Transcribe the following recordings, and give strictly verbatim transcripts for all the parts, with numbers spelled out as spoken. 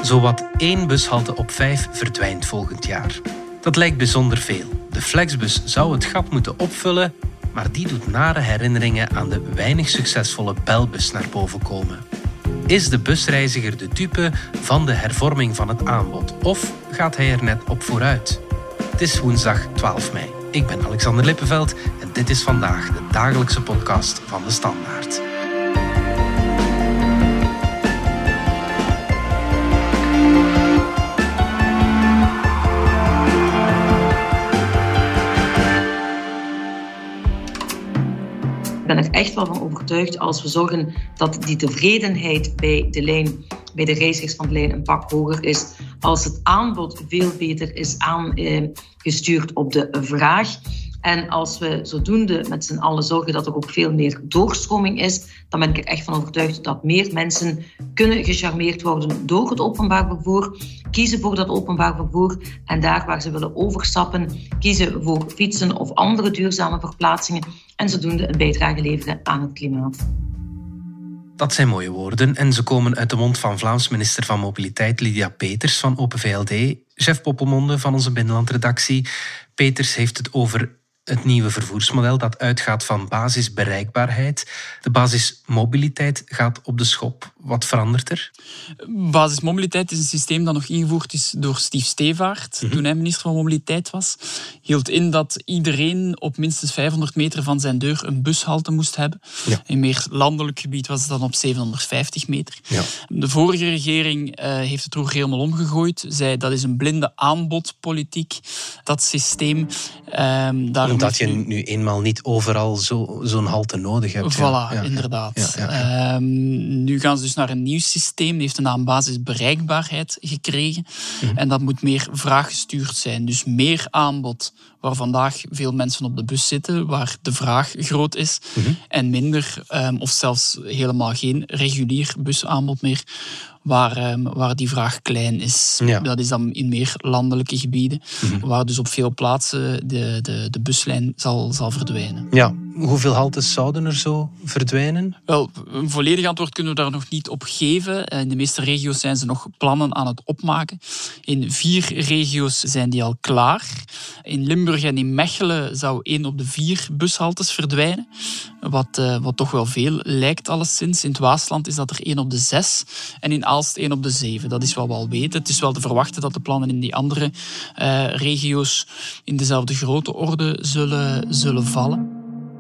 Zowat één bushalte op vijf verdwijnt volgend jaar. Dat lijkt bijzonder veel. De Flexbus zou het gat moeten opvullen, maar die doet nare herinneringen aan de weinig succesvolle Belbus naar boven komen. Is de busreiziger de dupe van de hervorming van het aanbod? Of gaat hij er net op vooruit? Het is woensdag twaalf mei. Ik ben Alexander Lippenveld en dit is vandaag de dagelijkse podcast van De Standaard. Ik ben er echt wel van overtuigd als we zorgen dat die tevredenheid bij de lijn, bij de reizigers van de lijn een pak hoger is, als het aanbod veel beter is aangestuurd op de vraag. En als we zodoende met z'n allen zorgen dat er ook veel meer doorstroming is, dan ben ik er echt van overtuigd dat meer mensen kunnen gecharmeerd worden door het openbaar vervoer, kiezen voor dat openbaar vervoer en daar waar ze willen overstappen, kiezen voor fietsen of andere duurzame verplaatsingen en zodoende een bijdrage leveren aan het klimaat. Dat zijn mooie woorden en ze komen uit de mond van Vlaams minister van Mobiliteit Lydia Peeters van Open V L D, Jeff Poppelmonde van onze binnenlandredactie. Peeters heeft het over het nieuwe vervoersmodel dat uitgaat van basisbereikbaarheid. De basismobiliteit gaat op de schop. Wat verandert er? Basismobiliteit is een systeem dat nog ingevoerd is door Steve Stevaart, mm-hmm. toen hij minister van Mobiliteit was. Hield in dat iedereen op minstens vijfhonderd meter van zijn deur een bushalte moest hebben. Ja. In meer landelijk gebied was het dan op zevenhonderdvijftig meter. Ja. De vorige regering uh, heeft het roer helemaal omgegooid. Zei dat is een blinde aanbodpolitiek, dat systeem. Uh, Omdat je nu eenmaal niet overal zo, zo'n halte nodig hebt. Voilà, ja. Ja, inderdaad. Ja, ja, ja. Uh, nu gaan ze dus naar een nieuw systeem. Die heeft de naam basisbereikbaarheid gekregen. Mm-hmm. En dat moet meer vraaggestuurd zijn. Dus meer aanbod waar vandaag veel mensen op de bus zitten, waar de vraag groot is. Mm-hmm. En minder, um, of zelfs helemaal geen regulier busaanbod meer, Waar, um, waar die vraag klein is. Ja. Dat is dan in meer landelijke gebieden, mm-hmm. waar dus op veel plaatsen de, de, de buslijn zal, zal verdwijnen. Ja. Hoeveel haltes zouden er zo verdwijnen? Wel, een volledig antwoord kunnen we daar nog niet op geven. In de meeste regio's zijn ze nog plannen aan het opmaken. In vier regio's zijn die al klaar. In Limburg en in Mechelen zou één op de vier bushaltes verdwijnen. Wat, uh, wat toch wel veel lijkt alleszins. In het Waasland is dat er één op de zes. En in Aalst één op de zeven. Dat is wat we al weten. Het is wel te verwachten dat de plannen in die andere uh, regio's in dezelfde grote orde zullen, zullen vallen.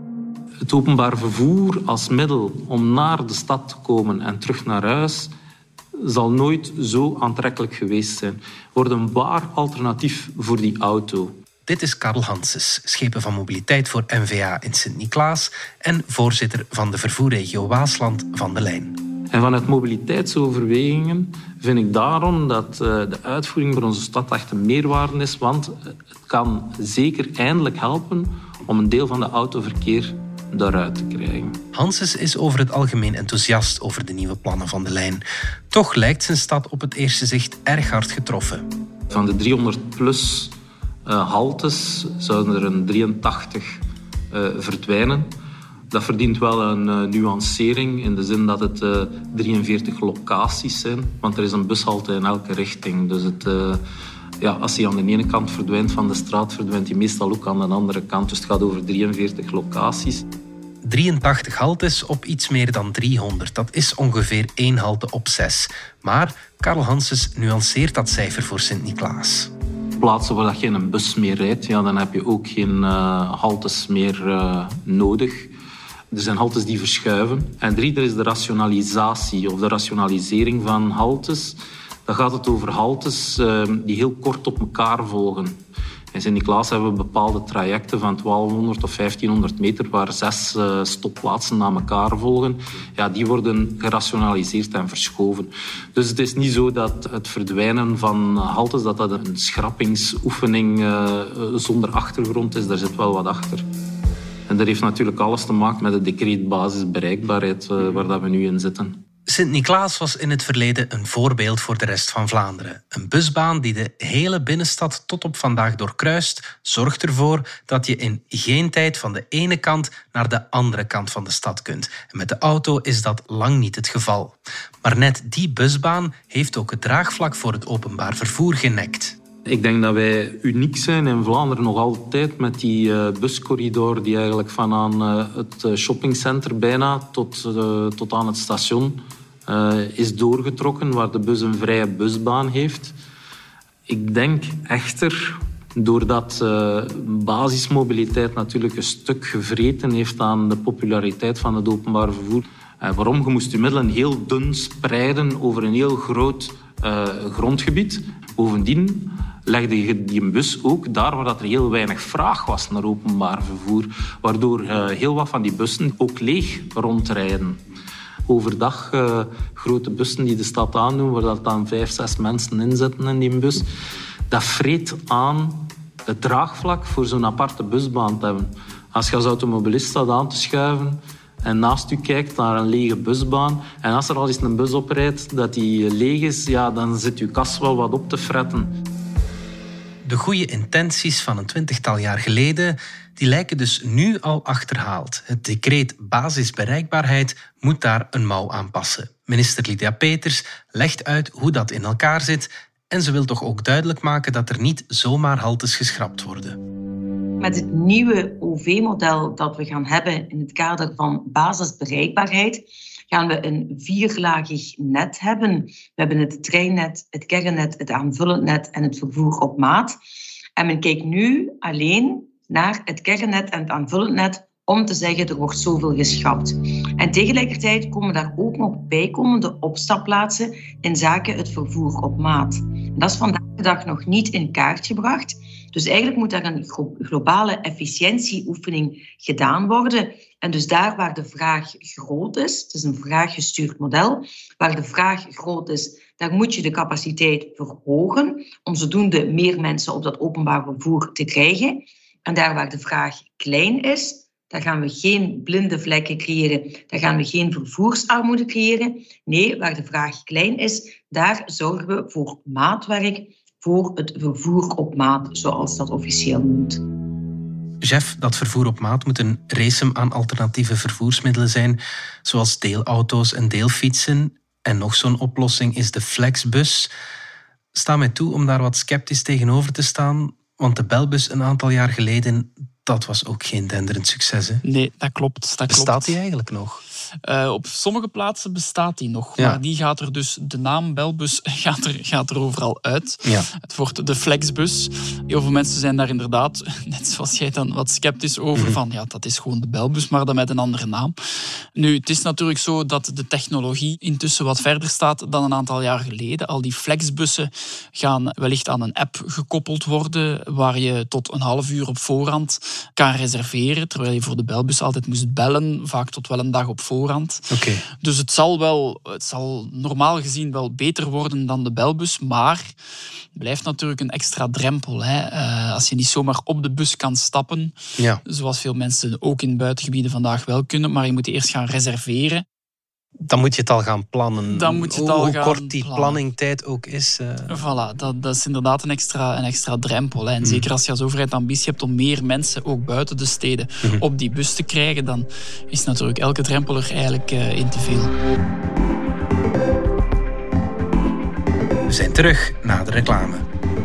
Het openbaar vervoer als middel om naar de stad te komen en terug naar huis zal nooit zo aantrekkelijk geweest zijn. Wordt een waar alternatief voor die auto. Dit is Karel Hanses, schepen van mobiliteit voor N V A in Sint-Niklaas en voorzitter van de vervoerregio Waasland van de Lijn. En vanuit mobiliteitsoverwegingen vind ik daarom dat de uitvoering voor onze stad echt een meerwaarde is, want het kan zeker eindelijk helpen om een deel van de autoverkeer daaruit te krijgen. Hanses is over het algemeen enthousiast over de nieuwe plannen van de lijn. Toch lijkt zijn stad op het eerste zicht erg hard getroffen. Van de driehonderd plus uh, haltes zouden er een drieëntachtig uh, verdwijnen. Dat verdient wel een uh, nuancering in de zin dat het uh, drieënveertig locaties zijn, want er is een bushalte in elke richting. Dus het... Uh, Ja, als hij aan de ene kant verdwijnt van de straat, verdwijnt hij meestal ook aan de andere kant. Dus het gaat over drieënveertig locaties. drieëntachtig haltes op iets meer dan driehonderd. Dat is ongeveer één halte op zes. Maar Karel Hanses nuanceert dat cijfer voor Sint-Niklaas. Plaatsen waar je geen bus meer rijdt, ja, dan heb je ook geen uh, haltes meer uh, nodig. Er zijn haltes die verschuiven. En drie, er is de rationalisatie of de rationalisering van haltes. Dan gaat het over haltes uh, die heel kort op elkaar volgen. In Sint-Niklaas hebben we bepaalde trajecten van twaalfhonderd of vijftienhonderd meter waar zes uh, stopplaatsen na elkaar volgen. Ja, die worden gerationaliseerd en verschoven. Dus het is niet zo dat het verdwijnen van haltes dat dat een schrappingsoefening uh, zonder achtergrond is. Daar zit wel wat achter. En dat heeft natuurlijk alles te maken met het decreet basisbereikbaarheid uh, waar dat we nu in zitten. Sint-Niklaas was in het verleden een voorbeeld voor de rest van Vlaanderen. Een busbaan die de hele binnenstad tot op vandaag doorkruist, zorgt ervoor dat je in geen tijd van de ene kant naar de andere kant van de stad kunt. En met de auto is dat lang niet het geval. Maar net die busbaan heeft ook het draagvlak voor het openbaar vervoer genekt. Ik denk dat wij uniek zijn in Vlaanderen nog altijd met die uh, buscorridor die eigenlijk van aan uh, het shoppingcenter bijna tot, uh, tot aan het station uh, is doorgetrokken, waar de bus een vrije busbaan heeft. Ik denk echter, doordat uh, basismobiliteit natuurlijk een stuk gevreten heeft aan de populariteit van het openbaar vervoer. Uh, waarom? Je moest je middelen heel dun spreiden over een heel groot uh, grondgebied. Bovendien legde je die bus ook daar waar er heel weinig vraag was naar openbaar vervoer, waardoor uh, heel wat van die bussen ook leeg rondrijden. Overdag uh, grote bussen die de stad aandoen, waar dat dan vijf, zes mensen in zitten in die bus. Dat vreet aan het draagvlak voor zo'n aparte busbaan te hebben. Als je als automobilist staat aan te schuiven en naast u kijkt naar een lege busbaan en als er al eens een bus oprijdt dat die leeg is, ja, dan zit uw kas wel wat op te fretten. De goede intenties van een twintigtal jaar geleden, die lijken dus nu al achterhaald. Het decreet basisbereikbaarheid moet daar een mouw aan passen. Minister Lydia Peters legt uit hoe dat in elkaar zit en ze wil toch ook duidelijk maken dat er niet zomaar haltes geschrapt worden. Met het nieuwe O V-model dat we gaan hebben in het kader van basisbereikbaarheid gaan we een vierlagig net hebben. We hebben het treinnet, het kernnet, het aanvullend net en het vervoer op maat. En men kijkt nu alleen naar het kernnet en het aanvullend net om te zeggen er wordt zoveel geschrapt. En tegelijkertijd komen daar ook nog bijkomende opstapplaatsen in zaken het vervoer op maat. En dat is vandaag de dag nog niet in kaart gebracht. Dus eigenlijk moet daar een globale efficiëntieoefening gedaan worden. En dus daar waar de vraag groot is, het is een vraaggestuurd model, waar de vraag groot is, daar moet je de capaciteit verhogen om zodoende meer mensen op dat openbaar vervoer te krijgen. En daar waar de vraag klein is, daar gaan we geen blinde vlekken creëren, daar gaan we geen vervoersarmoede creëren. Nee, waar de vraag klein is, daar zorgen we voor maatwerk, voor het vervoer op maat, zoals dat officieel noemt. Jeff, dat vervoer op maat moet een race aan alternatieve vervoersmiddelen zijn, zoals deelauto's en deelfietsen. En nog zo'n oplossing is de Flexbus. Sta mij toe om daar wat sceptisch tegenover te staan, want de belbus een aantal jaar geleden, dat was ook geen denderend succes. Hè? Nee, dat klopt. Dat Bestaat klopt. die eigenlijk nog? Uh, op sommige plaatsen bestaat die nog, ja. maar die gaat er dus, de naam belbus gaat er, gaat er overal uit. Ja. Het wordt de Flexbus. Heel veel mensen zijn daar inderdaad, net zoals jij dan, wat sceptisch over, mm-hmm. van ja, dat is gewoon de belbus, maar dan met een andere naam. Nu, het is natuurlijk zo dat de technologie intussen wat verder staat dan een aantal jaar geleden. Al die Flexbussen gaan wellicht aan een app gekoppeld worden, waar je tot een half uur op voorhand kan reserveren, terwijl je voor de belbus altijd moest bellen, vaak tot wel een dag op voorhand. Okay. Dus het zal, wel, het zal normaal gezien wel beter worden dan de belbus, maar het blijft natuurlijk een extra drempel. Hè. Uh, als je niet zomaar op de bus kan stappen, ja. zoals veel mensen ook in buitengebieden vandaag wel kunnen, maar je moet eerst gaan reserveren. Dan moet je het al gaan plannen. Dan moet je het hoe, al hoe gaan kort die plannen. planningtijd ook is. Uh... Voilà, dat, dat is inderdaad een extra, een extra drempel. Hè. En mm. zeker als je als overheid ambitie hebt om meer mensen, ook buiten de steden, mm-hmm. op die bus te krijgen, dan is natuurlijk elke drempel er eigenlijk uh, in te veel. We zijn terug na de reclame.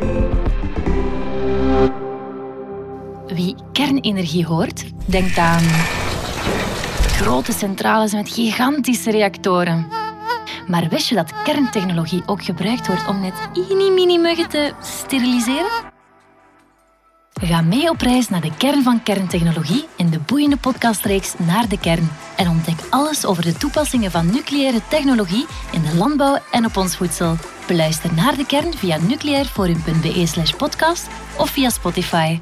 Wie kernenergie hoort, denkt aan grote centrales met gigantische reactoren. Maar wist je dat kerntechnologie ook gebruikt wordt om net mini-mini-muggen te steriliseren? Ga mee op reis naar de kern van kerntechnologie in de boeiende podcastreeks Naar de Kern. En ontdek alles over de toepassingen van nucleaire technologie in de landbouw en op ons voedsel. Beluister Naar de Kern via nucleairforum.be slash podcast of via Spotify.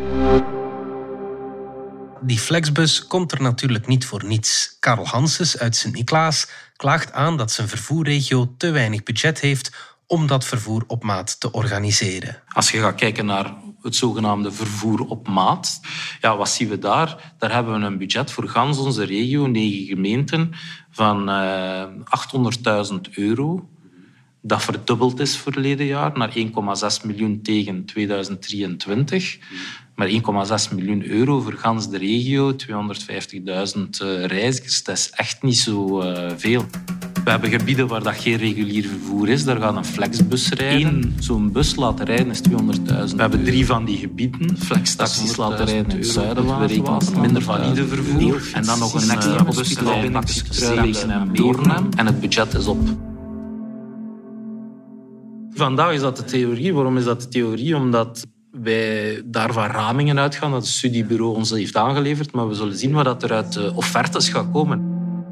Die Flexbus komt er natuurlijk niet voor niets. Karel Hanses uit Sint-Niklaas klaagt aan dat zijn vervoerregio te weinig budget heeft om dat vervoer op maat te organiseren. Als je gaat kijken naar het zogenaamde vervoer op maat, ja, wat zien we daar? Daar hebben we een budget voor gans onze regio, negen gemeenten, van uh, achthonderdduizend euro. Dat verdubbeld is verleden jaar naar één komma zes miljoen tegen tweeduizend drieëntwintig. Maar één komma zes miljoen euro voor gans de regio, tweehonderdvijftigduizend uh, reizigers, dat is echt niet zo uh, veel. We hebben gebieden waar dat geen regulier vervoer is. Daar gaat een flexbus rijden. Eén zo'n bus laten rijden is tweehonderdduizend. We hebben drie van die gebieden. Flextaxis laten rijden in het zuiden. We rekenen minder valide vervoer. En dan nog een extra buslijn tussen Streleken en Doornem. En het budget is op. Vandaag is dat de theorie. Waarom is dat de theorie? Omdat wij daar van ramingen uitgaan dat het studiebureau ons heeft aangeleverd. Maar we zullen zien wat er uit de offertes gaat komen.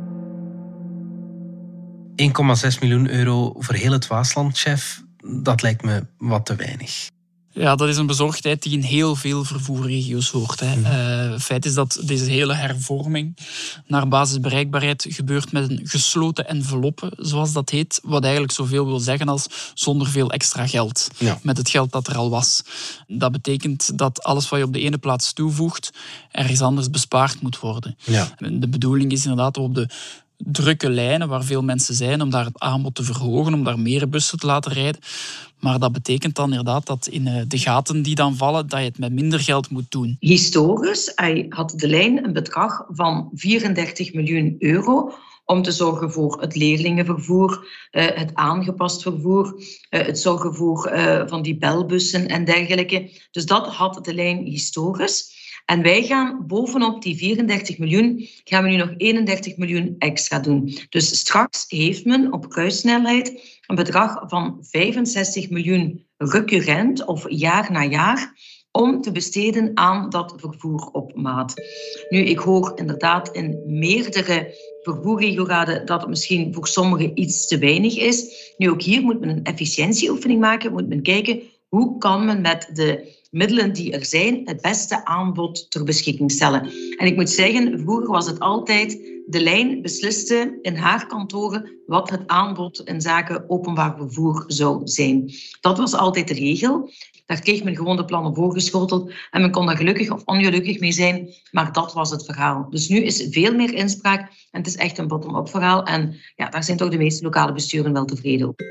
één komma zes miljoen euro voor heel het Waasland, chef. Dat lijkt me wat te weinig. Ja, dat is een bezorgdheid die in heel veel vervoerregio's hoort. Hè. Mm. Uh, het feit is dat deze hele hervorming naar basisbereikbaarheid gebeurt met een gesloten enveloppe, zoals dat heet. Wat eigenlijk zoveel wil zeggen als zonder veel extra geld. Ja. Met het geld dat er al was. Dat betekent dat alles wat je op de ene plaats toevoegt, ergens anders bespaard moet worden. Ja. De bedoeling is inderdaad op de drukke lijnen waar veel mensen zijn, om daar het aanbod te verhogen, om daar meer bussen te laten rijden. Maar dat betekent dan inderdaad dat in de gaten die dan vallen, dat je het met minder geld moet doen. Historisch had de lijn een bedrag van vierendertig miljoen euro om te zorgen voor het leerlingenvervoer, het aangepast vervoer, het zorgen voor van die belbussen en dergelijke. Dus dat had de lijn historisch. En wij gaan bovenop die vierendertig miljoen, gaan we nu nog eenendertig miljoen extra doen. Dus straks heeft men op kruissnelheid een bedrag van vijfenzestig miljoen recurrent of jaar na jaar om te besteden aan dat vervoer op maat. Nu, ik hoor inderdaad in meerdere vervoerregioraden dat het misschien voor sommigen iets te weinig is. Nu, ook hier moet men een efficiëntieoefening maken, moet men kijken hoe kan men met de middelen die er zijn het beste aanbod ter beschikking stellen. En ik moet zeggen, vroeger was het altijd de lijn besliste in haar kantoren wat het aanbod in zaken openbaar vervoer zou zijn. Dat was altijd de regel. Daar kreeg men gewoon de plannen voorgeschoteld en men kon daar gelukkig of ongelukkig mee zijn, maar dat was het verhaal. Dus nu is veel meer inspraak en het is echt een bottom-up verhaal en ja, daar zijn toch de meeste lokale besturen wel tevreden op.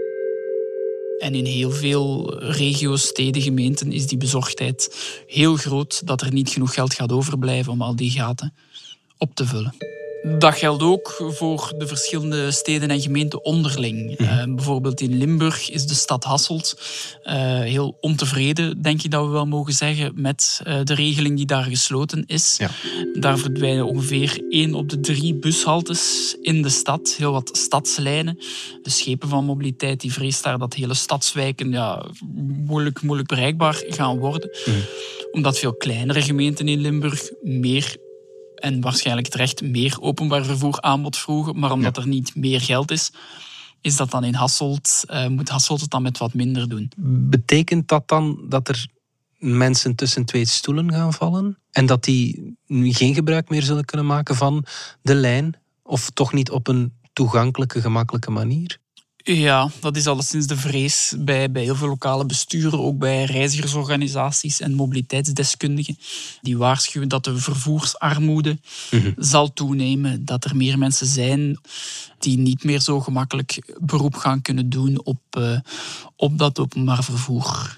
En in heel veel regio's, steden, gemeenten is die bezorgdheid heel groot dat er niet genoeg geld gaat overblijven om al die gaten op te vullen. Dat geldt ook voor de verschillende steden en gemeenten onderling. Mm. Uh, bijvoorbeeld in Limburg is de stad Hasselt uh, heel ontevreden, denk ik dat we wel mogen zeggen, met uh, de regeling die daar gesloten is. Ja. Daar verdwijnen ongeveer één op de drie bushaltes in de stad. Heel wat stadslijnen. De schepen van mobiliteit die vreest daar dat hele stadswijken ja, moeilijk, moeilijk bereikbaar gaan worden. Mm. Omdat veel kleinere gemeenten in Limburg meer en waarschijnlijk terecht meer openbaar vervoer aanbod vroegen, maar omdat ja. er niet meer geld is, is dat dan in Hasselt, uh, moet Hasselt het dan met wat minder doen. Betekent dat dan dat er mensen tussen twee stoelen gaan vallen en dat die geen gebruik meer zullen kunnen maken van de lijn of toch niet op een toegankelijke, gemakkelijke manier? Ja, dat is alleszins de vrees bij, bij heel veel lokale besturen, ook bij reizigersorganisaties en mobiliteitsdeskundigen. Die waarschuwen dat de vervoersarmoede mm-hmm. zal toenemen. Dat er meer mensen zijn die niet meer zo gemakkelijk beroep gaan kunnen doen op, uh, op dat openbaar vervoer.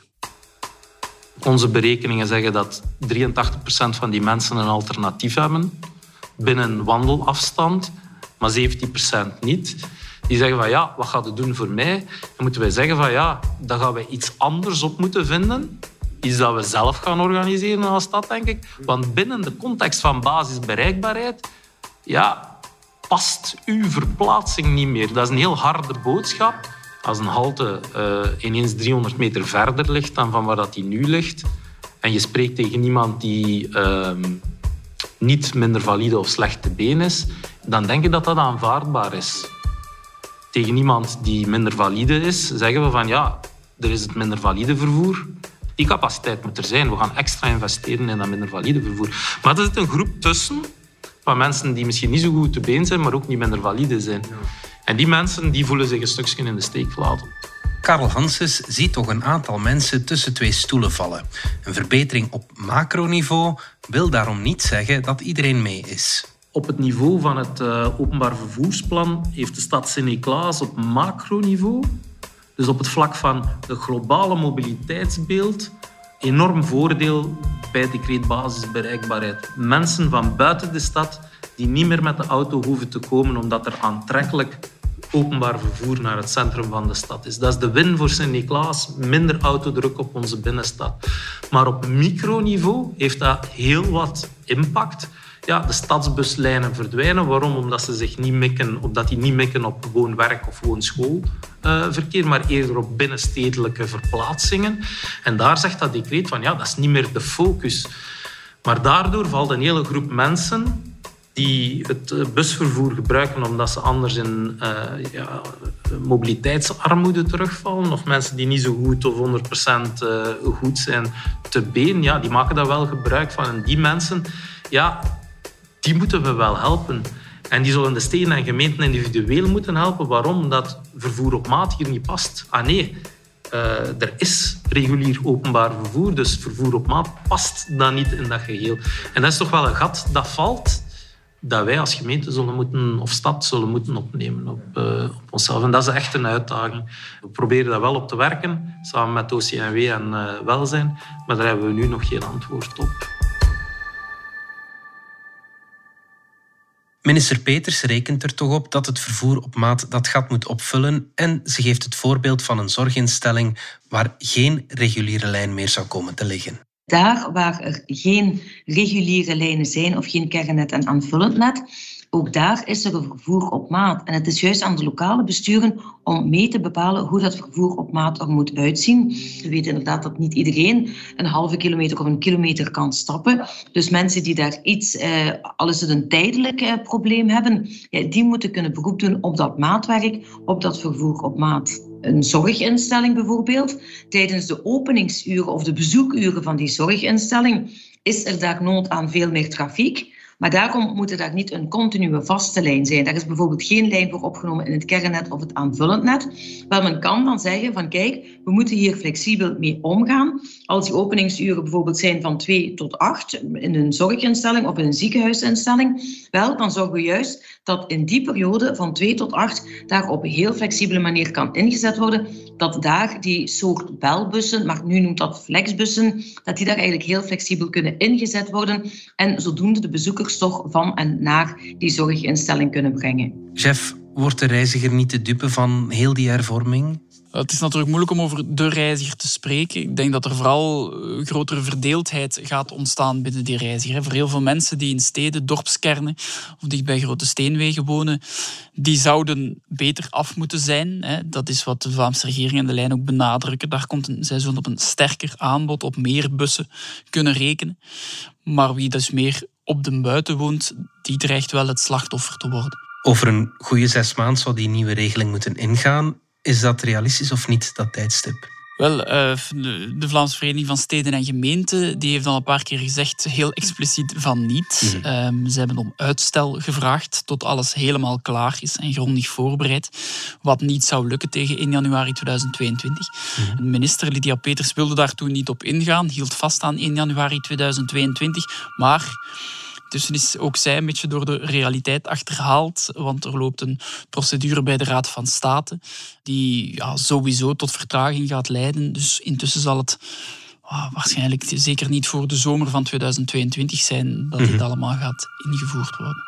Onze berekeningen zeggen dat drieëntachtig procent van die mensen een alternatief hebben binnen wandelafstand, maar zeventien procent niet. Die zeggen van ja, wat gaat het doen voor mij? Dan moeten wij zeggen van ja, daar gaan wij iets anders op moeten vinden. Iets dat we zelf gaan organiseren als stad, denk ik. Want binnen de context van basisbereikbaarheid, ja, past uw verplaatsing niet meer. Dat is een heel harde boodschap. Als een halte uh, ineens driehonderd meter verder ligt dan van waar dat die nu ligt, en je spreekt tegen iemand die uh, niet minder valide of slecht te been is, dan denk ik dat dat aanvaardbaar is. Tegen iemand die minder valide is, zeggen we van ja, er is het minder valide vervoer. Die capaciteit moet er zijn. We gaan extra investeren in dat minder valide vervoer. Maar er zit een groep tussen van mensen die misschien niet zo goed te been zijn, maar ook niet minder valide zijn. En die mensen die voelen zich een stukje in de steek gelaten. Karel Hanses ziet toch een aantal mensen tussen twee stoelen vallen. Een verbetering op macroniveau wil daarom niet zeggen dat iedereen mee is. Op het niveau van het uh, openbaar vervoersplan heeft de stad Sint-Niklaas op macroniveau, dus op het vlak van het globale mobiliteitsbeeld, enorm voordeel bij het decreet basisbereikbaarheid. Mensen van buiten de stad die niet meer met de auto hoeven te komen omdat er aantrekkelijk openbaar vervoer naar het centrum van de stad is. Dat is de win voor Sint-Niklaas, minder autodruk op onze binnenstad. Maar op microniveau heeft dat heel wat impact. Ja, de stadsbuslijnen verdwijnen. Waarom? Omdat ze zich niet mikken, omdat die niet mikken op gewoon werk of gewoon schoolverkeer, uh, maar eerder op binnenstedelijke verplaatsingen. En daar zegt dat decreet van ja, dat is niet meer de focus. Maar daardoor valt een hele groep mensen die het busvervoer gebruiken omdat ze anders in uh, ja, mobiliteitsarmoede terugvallen, of mensen die niet zo goed of honderd procent uh, goed zijn te been, ja, die maken daar wel gebruik van. En die mensen, ja, die moeten we wel helpen. En die zullen de steden en gemeenten individueel moeten helpen. Waarom? Omdat vervoer op maat hier niet past. Ah nee, uh, er is regulier openbaar vervoer, dus vervoer op maat past dan niet in dat geheel. En dat is toch wel een gat dat valt, dat wij als gemeente zullen moeten, of stad zullen moeten opnemen op, uh, op onszelf. En dat is echt een uitdaging. We proberen daar wel op te werken, samen met O C M W en uh, Welzijn, maar daar hebben we nu nog geen antwoord op. Minister Peeters rekent er toch op dat het vervoer op maat dat gat moet opvullen en ze geeft het voorbeeld van een zorginstelling waar geen reguliere lijn meer zou komen te liggen. Daar waar er geen reguliere lijnen zijn of geen kernnet en aanvullend net, ook daar is er een vervoer op maat. En het is juist aan de lokale besturen om mee te bepalen hoe dat vervoer op maat er moet uitzien. We weten inderdaad dat niet iedereen een halve kilometer of een kilometer kan stappen. Dus mensen die daar iets, eh, al is het een tijdelijk eh, probleem hebben, ja, die moeten kunnen beroep doen op dat maatwerk, op dat vervoer op maat. Een zorginstelling bijvoorbeeld, tijdens de openingsuren of de bezoekuren van die zorginstelling is er daar nood aan veel meer trafiek. Maar daarom moet er daar niet een continue vaste lijn zijn. Daar is bijvoorbeeld geen lijn voor opgenomen in het kernnet of het aanvullend net. Wel, men kan dan zeggen van kijk, we moeten hier flexibel mee omgaan. Als die openingsuren bijvoorbeeld zijn van twee tot acht in een zorginstelling of in een ziekenhuisinstelling, wel, dan zorgen we juist dat in die periode van twee tot acht daar op een heel flexibele manier kan ingezet worden. Dat daar die soort belbussen, maar nu noemt dat flexbussen, dat die daar eigenlijk heel flexibel kunnen ingezet worden en zodoende de bezoekers toch van en naar die zorginstelling kunnen brengen. Jeff, wordt de reiziger niet te dupe van heel die hervorming? Het is natuurlijk moeilijk om over de reiziger te spreken. Ik denk dat er vooral grotere verdeeldheid gaat ontstaan binnen die reiziger. Voor heel veel mensen die in steden, dorpskernen of dicht bij grote steenwegen wonen, die zouden beter af moeten zijn. Dat is wat de Vlaamse regering en de lijn ook benadrukken. Daar komt een, zij zullen op een sterker aanbod, op meer bussen kunnen rekenen. Maar wie dus meer op de buiten woont, die dreigt wel het slachtoffer te worden. Over een goede zes maanden zou die nieuwe regeling moeten ingaan. Is dat realistisch of niet, dat tijdstip? Wel, de Vlaamse Vereniging van Steden en Gemeenten die heeft al een paar keer gezegd, heel expliciet van niet. Mm-hmm. Um, ze hebben om uitstel gevraagd tot alles helemaal klaar is en grondig voorbereid. Wat niet zou lukken tegen één januari tweeduizend tweeëntwintig. Mm-hmm. Minister Lydia Peeters wilde daar toen niet op ingaan, hield vast aan één januari tweeduizend tweeëntwintig. Maar dus is ook zij een beetje door de realiteit achterhaald, want er loopt een procedure bij de Raad van State die ja, sowieso tot vertraging gaat leiden. Dus intussen zal het oh, waarschijnlijk zeker niet voor de zomer van tweeduizend tweeëntwintig zijn dat dit mm-hmm. allemaal gaat ingevoerd worden.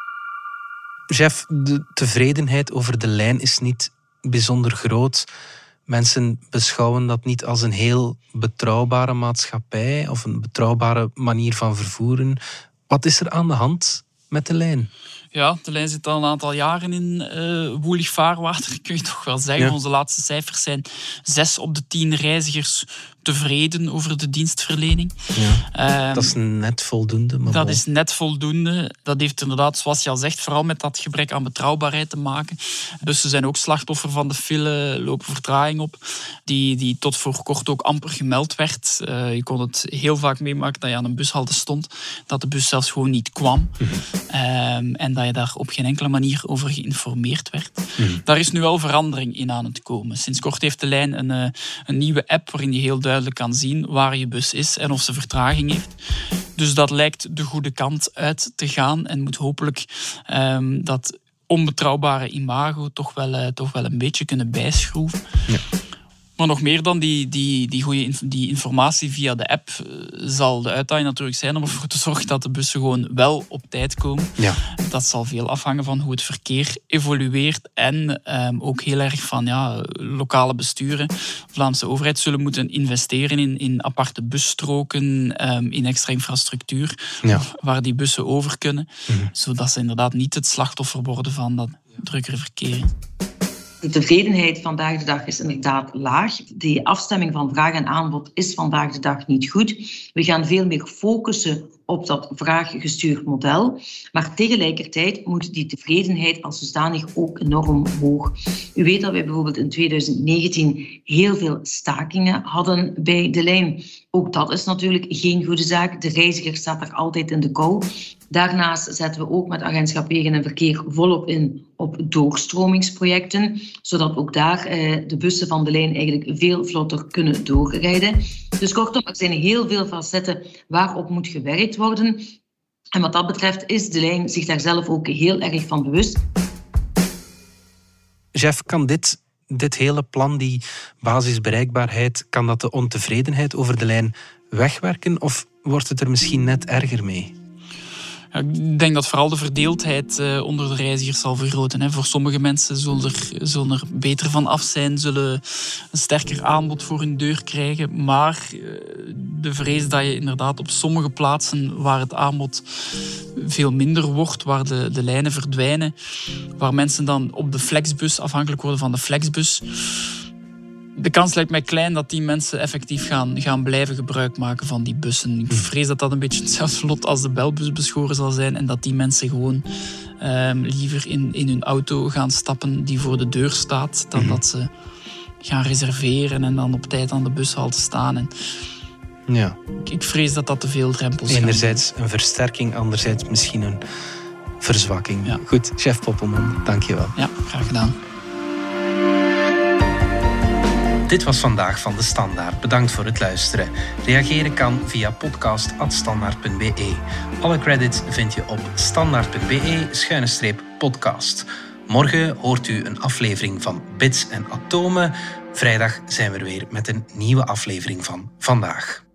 Jeff, de tevredenheid over de lijn is niet bijzonder groot. Mensen beschouwen dat niet als een heel betrouwbare maatschappij of een betrouwbare manier van vervoeren. Wat is er aan de hand met de lijn? Ja, de lijn zit al een aantal jaren in uh, woelig vaarwater, kun je toch wel zeggen. Ja. Onze laatste cijfers zijn zes op de tien reizigers tevreden over de dienstverlening. Ja, um, dat is net voldoende. Maar dat wel. is net voldoende. Dat heeft inderdaad, zoals je al zegt, vooral met dat gebrek aan betrouwbaarheid te maken. Bussen zijn ook slachtoffer van de file, lopen vertraging op, die, die tot voor kort ook amper gemeld werd. Uh, je kon het heel vaak meemaken dat je aan een bushalte stond, dat de bus zelfs gewoon niet kwam. Mm-hmm. Um, en dat je daar op geen enkele manier over geïnformeerd werd. Mm-hmm. Daar is nu wel verandering in aan het komen. Sinds kort heeft de lijn een, uh, een nieuwe app waarin je heel duidelijk kan zien waar je bus is en of ze vertraging heeft. Dus dat lijkt de goede kant uit te gaan en moet hopelijk um, dat onbetrouwbare imago toch wel, uh, toch wel een beetje kunnen bijschroeven. Ja. Maar nog meer dan die, die, die goede die informatie via de app zal de uitdaging natuurlijk zijn om ervoor te zorgen dat de bussen gewoon wel op tijd komen. Ja. Dat zal veel afhangen van hoe het verkeer evolueert en um, ook heel erg van ja, lokale besturen. De Vlaamse overheid zullen moeten investeren in, in aparte busstroken, um, in extra infrastructuur, ja. waar die bussen over kunnen, mm-hmm. zodat ze inderdaad niet het slachtoffer worden van dat drukkere verkeer. De tevredenheid vandaag de dag is inderdaad laag. Die afstemming van vraag en aanbod is vandaag de dag niet goed. We gaan veel meer focussen op dat vraaggestuurd model. Maar tegelijkertijd moet die tevredenheid als zodanig ook enorm hoog. U weet dat wij bijvoorbeeld in twintig negentien heel veel stakingen hadden bij de lijn. Ook dat is natuurlijk geen goede zaak. De reiziger staat er altijd in de kou. Daarnaast zetten we ook met Agentschap Wegen en Verkeer volop in op doorstromingsprojecten, zodat ook daar eh, de bussen van de lijn eigenlijk veel vlotter kunnen doorrijden. Dus kortom, er zijn heel veel facetten waarop moet gewerkt worden. En wat dat betreft is de lijn zich daar zelf ook heel erg van bewust. Jeff, kan dit, dit hele plan, die basisbereikbaarheid, kan dat de ontevredenheid over de lijn wegwerken of wordt het er misschien net erger mee? Ja, ik denk dat vooral de verdeeldheid uh, onder de reizigers zal vergroten. Hè. Voor sommige mensen zullen er, zullen er beter van af zijn, zullen een sterker aanbod voor hun deur krijgen. Maar uh, de vrees dat je inderdaad op sommige plaatsen waar het aanbod veel minder wordt, waar de, de lijnen verdwijnen, waar mensen dan op de flexbus afhankelijk worden van de flexbus. De kans lijkt mij klein dat die mensen effectief gaan, gaan blijven gebruik maken van die bussen. Ik vrees dat dat een beetje hetzelfde lot als de belbus beschoren zal zijn en dat die mensen gewoon um, liever in, in hun auto gaan stappen die voor de deur staat, dan mm-hmm. dat ze gaan reserveren en dan op tijd aan de bushalte staan. En ja. ik, ik vrees dat dat te veel drempels zijn. Enerzijds een versterking, anderzijds misschien een verzwakking. Ja. Goed, chef Poppelman, dank je wel. Ja, graag gedaan. Dit was Vandaag van De Standaard. Bedankt voor het luisteren. Reageren kan via podcast at standaard punt b e. Alle credits vind je op standaard punt b e schuine streep podcast. Morgen hoort u een aflevering van Bits en Atomen. Vrijdag zijn we er weer met een nieuwe aflevering van Vandaag.